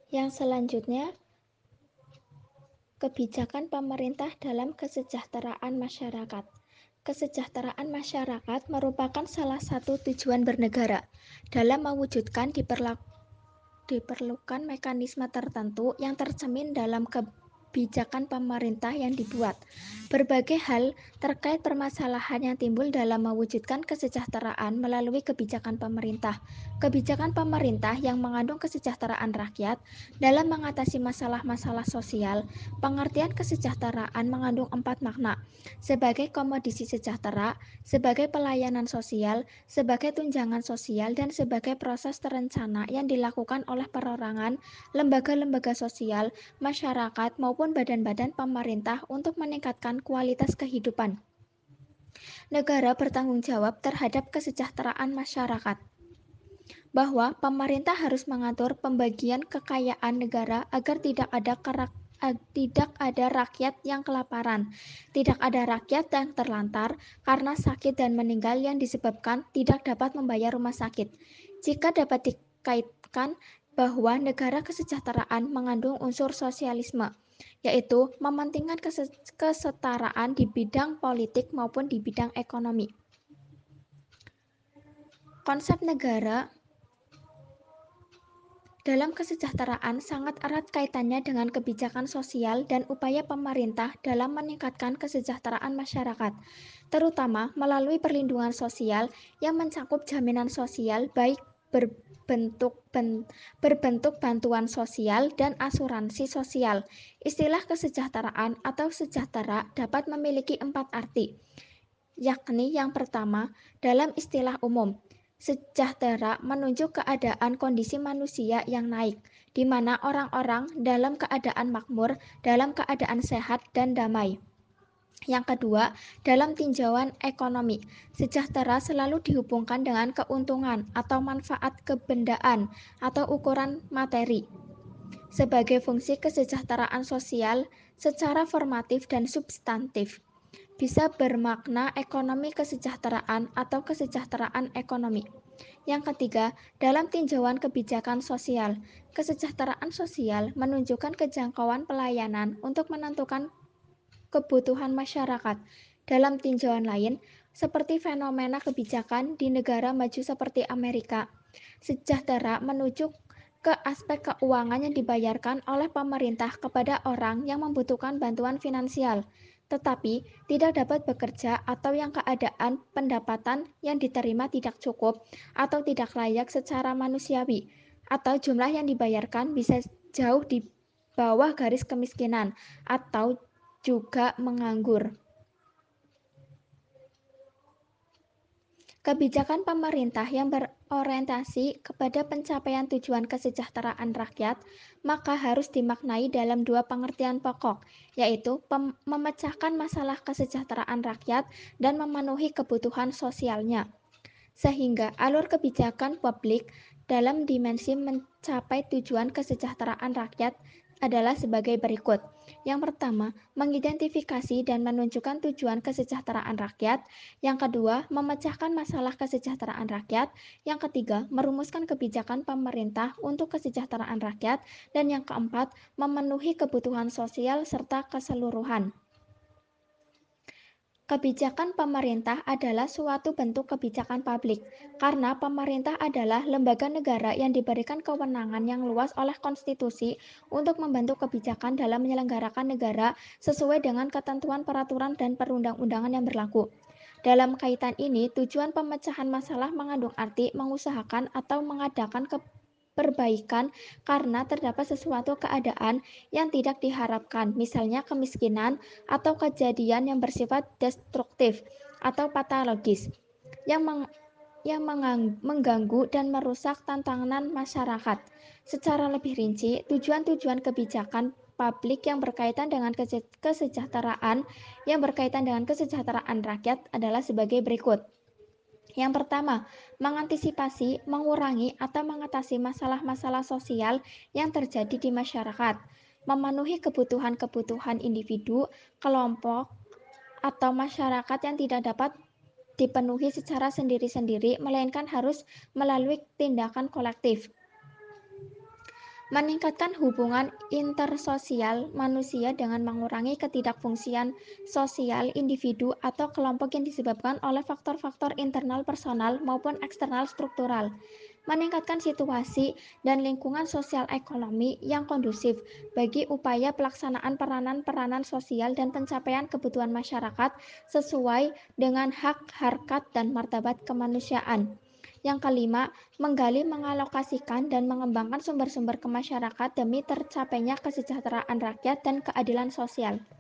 Yang selanjutnya, kebijakan pemerintah dalam kesejahteraan masyarakat. Kesejahteraan masyarakat merupakan salah satu tujuan bernegara. Dalam mewujudkan diperlukan mekanisme tertentu yang tercermin dalam kebijakan pemerintah yang dibuat. Berbagai hal terkait permasalahan yang timbul dalam mewujudkan kesejahteraan melalui kebijakan pemerintah. Kebijakan pemerintah yang mengandung kesejahteraan rakyat dalam mengatasi masalah-masalah sosial. Pengertian kesejahteraan mengandung 4 makna: sebagai komoditi sejahtera, sebagai pelayanan sosial, sebagai tunjangan sosial, dan sebagai proses terencana yang dilakukan oleh perorangan, lembaga-lembaga sosial, masyarakat, maupun badan-badan pemerintah untuk meningkatkan kualitas kehidupan. Negara bertanggung jawab terhadap kesejahteraan masyarakat, bahwa pemerintah harus mengatur pembagian kekayaan negara agar tidak ada rakyat yang kelaparan, tidak ada rakyat yang terlantar karena sakit dan meninggal yang disebabkan tidak dapat membayar rumah sakit. Jika dapat dikaitkan bahwa negara kesejahteraan mengandung unsur sosialisme, yaitu mementingkan kesetaraan di bidang politik maupun di bidang ekonomi. Konsep negara dalam kesejahteraan sangat erat kaitannya dengan kebijakan sosial dan upaya pemerintah dalam meningkatkan kesejahteraan masyarakat, terutama melalui perlindungan sosial yang mencakup jaminan sosial baik berbentuk bantuan sosial dan asuransi sosial. Istilah kesejahteraan atau sejahtera dapat memiliki 4 arti, yakni yang pertama, dalam istilah umum, sejahtera menunjuk keadaan kondisi manusia yang naik, di mana orang-orang dalam keadaan makmur, dalam keadaan sehat dan damai. Yang kedua, dalam tinjauan ekonomi, sejahtera selalu dihubungkan dengan keuntungan atau manfaat kebendaan atau ukuran materi. Sebagai fungsi kesejahteraan sosial secara formatif dan substantif, bisa bermakna ekonomi kesejahteraan atau kesejahteraan ekonomi. Yang ketiga, dalam tinjauan kebijakan sosial, kesejahteraan sosial menunjukkan kejangkauan pelayanan untuk menentukan kebutuhan masyarakat. Dalam tinjauan lain, seperti fenomena kebijakan di negara maju seperti Amerika, sejahtera menuju ke aspek keuangan yang dibayarkan oleh pemerintah kepada orang yang membutuhkan bantuan finansial, tetapi tidak dapat bekerja atau yang keadaan pendapatan yang diterima tidak cukup atau tidak layak secara manusiawi, atau jumlah yang dibayarkan bisa jauh di bawah garis kemiskinan atau juga menganggur. Kebijakan pemerintah yang berorientasi kepada pencapaian tujuan kesejahteraan rakyat maka harus dimaknai dalam 2 pengertian pokok, yaitu memecahkan masalah kesejahteraan rakyat dan memenuhi kebutuhan sosialnya. Sehingga alur kebijakan publik dalam dimensi mencapai tujuan kesejahteraan rakyat adalah sebagai berikut. Yang pertama, mengidentifikasi dan menunjukkan tujuan kesejahteraan rakyat. Yang kedua, memecahkan masalah kesejahteraan rakyat. Yang ketiga, merumuskan kebijakan pemerintah untuk kesejahteraan rakyat. Dan yang keempat, memenuhi kebutuhan sosial serta keseluruhan. Kebijakan pemerintah adalah suatu bentuk kebijakan publik, karena pemerintah adalah lembaga negara yang diberikan kewenangan yang luas oleh konstitusi untuk membentuk kebijakan dalam menyelenggarakan negara sesuai dengan ketentuan peraturan dan perundang-undangan yang berlaku. Dalam kaitan ini, tujuan pemecahan masalah mengandung arti mengusahakan atau mengadakan perbaikan karena terdapat sesuatu keadaan yang tidak diharapkan, misalnya kemiskinan atau kejadian yang bersifat destruktif atau patologis yang mengganggu dan merusak tantangan masyarakat. Secara lebih rinci, tujuan-tujuan kebijakan publik yang berkaitan dengan kesejahteraan rakyat adalah sebagai berikut. Yang pertama, mengantisipasi, mengurangi, atau mengatasi masalah-masalah sosial yang terjadi di masyarakat, memenuhi kebutuhan-kebutuhan individu, kelompok, atau masyarakat yang tidak dapat dipenuhi secara sendiri-sendiri, melainkan harus melalui tindakan kolektif. Meningkatkan hubungan intersosial manusia dengan mengurangi ketidakfungsian sosial individu atau kelompok yang disebabkan oleh faktor-faktor internal personal maupun eksternal struktural. Meningkatkan situasi dan lingkungan sosial ekonomi yang kondusif bagi upaya pelaksanaan peranan-peranan sosial dan pencapaian kebutuhan masyarakat sesuai dengan hak, harkat, dan martabat kemanusiaan. Yang kelima, menggali, mengalokasikan, dan mengembangkan sumber-sumber ke masyarakat demi tercapainya kesejahteraan rakyat dan keadilan sosial.